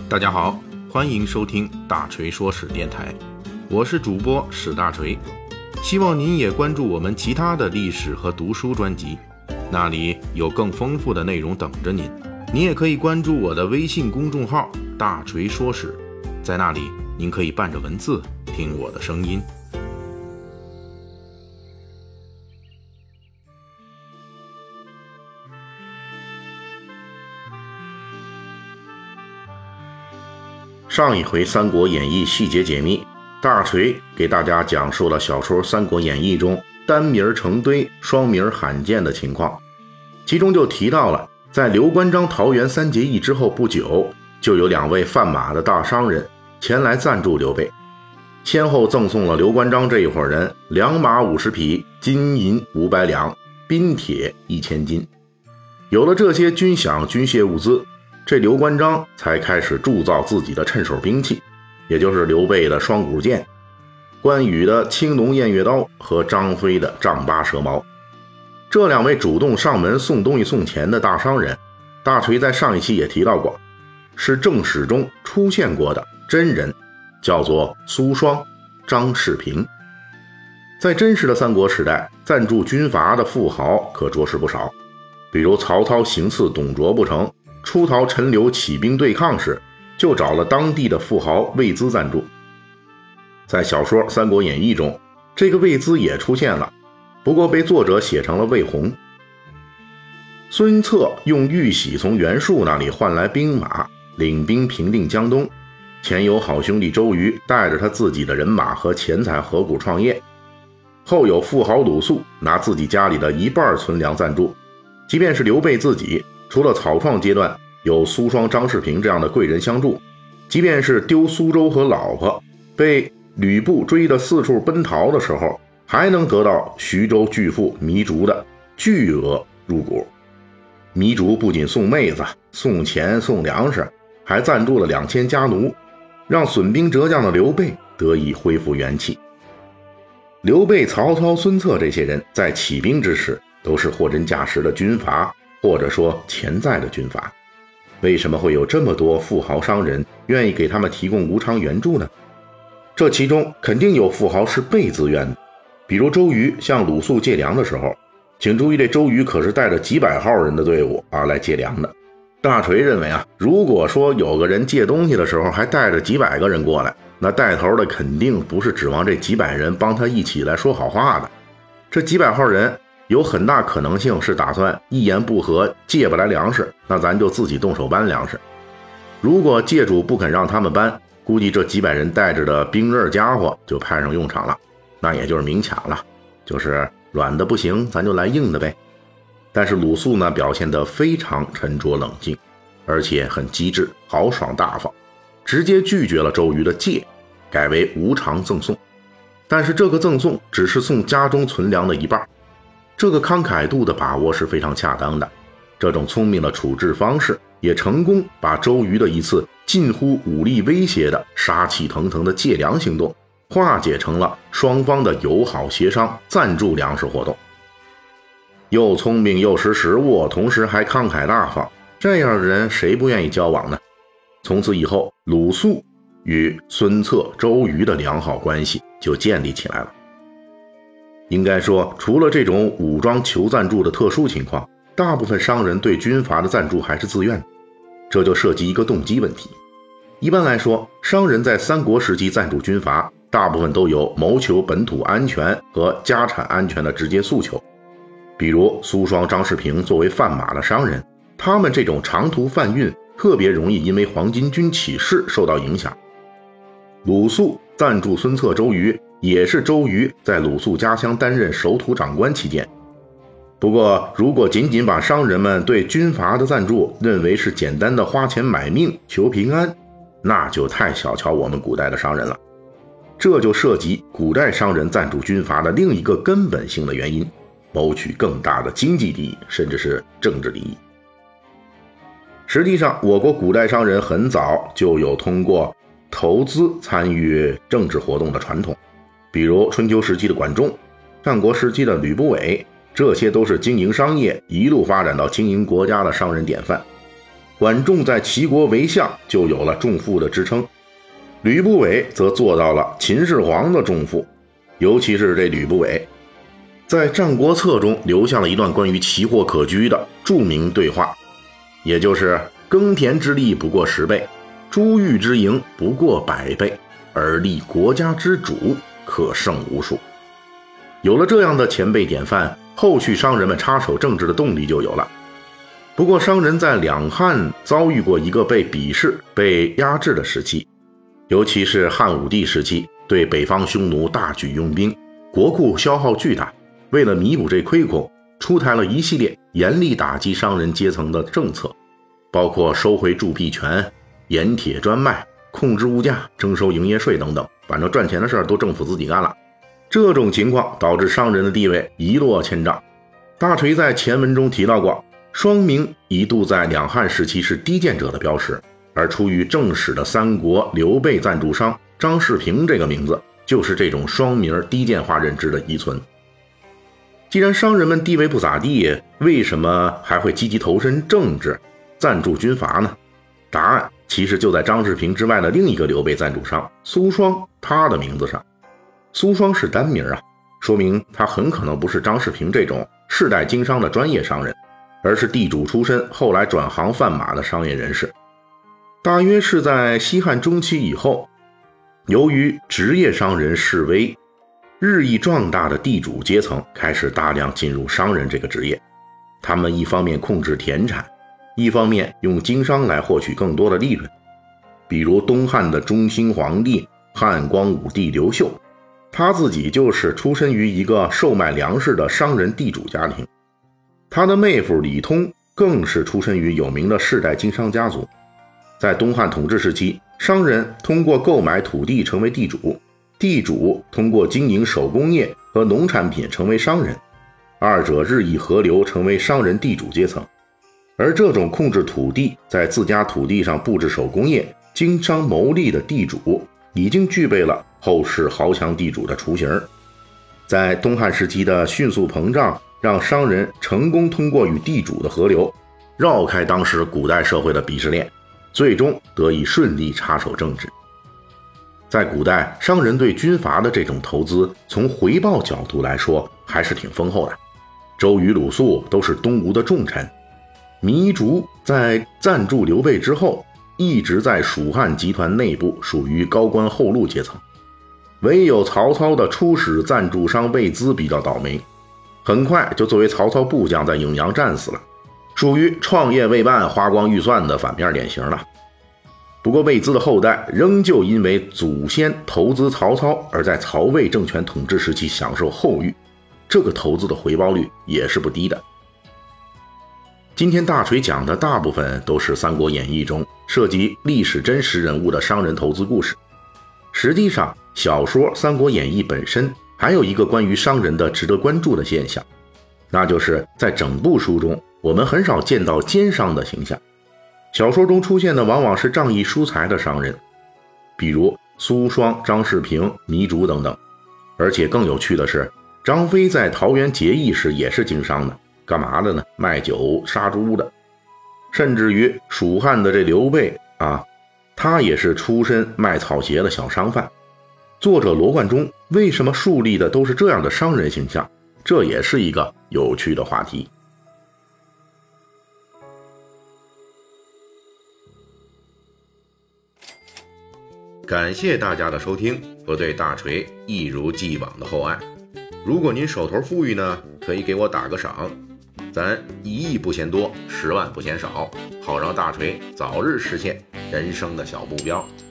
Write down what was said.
大家好，欢迎收听大锤说史电台，我是主播史大锤，希望您也关注我们其他的历史和读书专辑，那里有更丰富的内容等着您。您也可以关注我的微信公众号大锤说史，在那里您可以伴着文字听我的声音。上一回《三国演义》细节解密，大锤给大家讲述了小说《三国演义》中单名成堆、双名罕见的情况，其中就提到了在刘关张桃园三结义之后不久，就有2位贩马的大商人前来赞助刘备，先后赠送了刘关张这一伙人良马50匹、金银500两、兵铁1000斤。有了这些军饷军械物资，这刘关张才开始铸造自己的趁手兵器，也就是刘备的双股剑、关羽的青龙偃月刀和张飞的丈八蛇矛。这2位主动上门送东西送钱的大商人，大锤在上一期也提到过，是正史中出现过的真人，叫做苏双、张世平。在真实的三国时代，赞助军阀的富豪可着实不少，比如曹操行刺董卓不成，出逃陈留起兵对抗时，就找了当地的富豪魏资赞助。在小说《三国演义》中，这个魏资也出现了，不过被作者写成了魏红。孙策用玉玺从袁术那里换来兵马，领兵平定江东，前有好兄弟周瑜带着他自己的人马和钱财合股创业，后有富豪鲁肃拿自己家里的1半存粮赞助，即便是刘备自己除了草创阶段有苏双、张世平这样的贵人相助，即便是丢苏州和老婆被吕布追得四处奔逃的时候，还能得到徐州巨富糜竺的巨额入股。糜竺不仅送妹子、送钱、送粮食，还赞助了2000家奴，让损兵折将的刘备得以恢复元气。刘备、曹操、孙策这些人在起兵之时都是货真价实的军阀，或者说潜在的军阀。为什么会有这么多富豪商人愿意给他们提供无偿援助呢？这其中肯定有富豪是被自愿的，比如周瑜向鲁肃借粮的时候，请注意这周瑜可是带着几百号人的队伍来借粮的。大锤认为如果说有个人借东西的时候还带着几百个人过来，那带头的肯定不是指望这几百人帮他一起来说好话的，这几百号人有很大可能性是打算一言不合借不来粮食，那咱就自己动手搬粮食。如果借主不肯让他们搬，估计这几百人带着的兵刃家伙就派上用场了，那也就是明抢了，就是软的不行咱就来硬的呗。但是鲁肃呢表现得非常沉着冷静，而且很机智豪爽大方，直接拒绝了周瑜的借，改为无偿赠送。但是这个赠送只是送家中存粮的1半，这个慷慨度的把握是非常恰当的。这种聪明的处置方式也成功把周瑜的一次近乎武力威胁的杀气腾腾的借粮行动化解成了双方的友好协商赞助粮食活动。又聪明又识时务，同时还慷慨大方，这样的人谁不愿意交往呢？从此以后，鲁肃与孙策、周瑜的良好关系就建立起来了。应该说，除了这种武装求赞助的特殊情况，大部分商人对军阀的赞助还是自愿的，这就涉及一个动机问题。一般来说，商人在三国时期赞助军阀，大部分都有谋求本土安全和家产安全的直接诉求。比如苏双、张世平作为贩马的商人，他们这种长途贩运特别容易因为黄巾军起事受到影响。鲁肃赞助孙策、周瑜，也是周瑜在鲁肃家乡担任守土长官期间。不过如果仅仅把商人们对军阀的赞助认为是简单的花钱买命求平安，那就太小瞧我们古代的商人了。这就涉及古代商人赞助军阀的另一个根本性的原因，谋取更大的经济利益，甚至是政治利益。实际上，我国古代商人很早就有通过投资参与政治活动的传统，比如春秋时期的管仲，战国时期的吕不韦，这些都是经营商业一路发展到经营国家的商人典范。 管仲在齐国为相就有了仲父的支撑，吕不韦则做到了秦始皇的仲父。尤其是这吕不韦在《战国策》中留下了一段关于奇货可居的著名对话，也就是耕田之力不过10倍，珠玉之营不过100倍，而立国家之主可胜无数。有了这样的前辈典范，后续商人们插手政治的动力就有了。不过商人在两汉遭遇过一个被鄙视、被压制的时期，尤其是汉武帝时期，对北方匈奴大举用兵，国库消耗巨大。为了弥补这亏空，出台了一系列严厉打击商人阶层的政策，包括收回铸币权、盐铁专卖、控制物价、征收营业税等等，反正赚钱的事儿都政府自己干了。这种情况导致商人的地位一落千丈。大锤在前文中提到过，双名一度在两汉时期是低贱者的标识，而出于正史的三国刘备赞助商张世平这个名字，就是这种双名低贱化认知的遗存。既然商人们地位不咋地，为什么还会积极投身政治，赞助军阀呢？答案其实就在张世平之外的另一个刘备赞助商苏双他的名字上。苏双是单名啊，说明他很可能不是张世平这种世代经商的专业商人，而是地主出身后来转行贩马的商业人士。大约是在西汉中期以后，由于职业商人式微，日益壮大的地主阶层开始大量进入商人这个职业。他们一方面控制田产，一方面用经商来获取更多的利润。比如东汉的中兴皇帝汉光武帝刘秀，他自己就是出身于一个售卖粮食的商人地主家庭，他的妹夫李通更是出身于有名的世代经商家族。在东汉统治时期，商人通过购买土地成为地主，地主通过经营手工业和农产品成为商人，二者日益合流，成为商人地主阶层。而这种控制土地，在自家土地上布置手工业、经商牟利的地主，已经具备了后世豪强地主的雏形。在东汉时期的迅速膨胀，让商人成功通过与地主的合流，绕开当时古代社会的鄙视链，最终得以顺利插手政治。在古代，商人对军阀的这种投资，从回报角度来说还是挺丰厚的。周瑜、鲁肃都是东吴的重臣，糜竺在赞助刘备之后，一直在蜀汉集团内部属于高官厚禄阶层。唯有曹操的出使赞助商魏资比较倒霉，很快就作为曹操部将在颍阳战死了，属于创业未半花光预算的反面典型了。不过魏资的后代仍旧因为祖先投资曹操而在曹魏政权统治时期享受厚遇，这个投资的回报率也是不低的。今天大锤讲的大部分都是《三国演义》中涉及历史真实人物的商人投资故事。实际上，小说《三国演义》本身还有一个关于商人的值得关注的现象，那就是在整部书中我们很少见到奸商的形象。小说中出现的往往是仗义疏财的商人，比如苏双、张世平、糜竺等等。而且更有趣的是，张飞在桃园结义时也是经商的，干嘛的呢？卖酒杀猪的。甚至于蜀汉的这刘备他也是出身卖草鞋的小商贩。作者罗贯中为什么树立的都是这样的商人形象？这也是一个有趣的话题。感谢大家的收听和对大锤一如既往的厚爱。如果您手头富裕呢，可以给我打个赏，咱1亿不嫌多，10万不嫌少，好让大锤早日实现人生的小目标。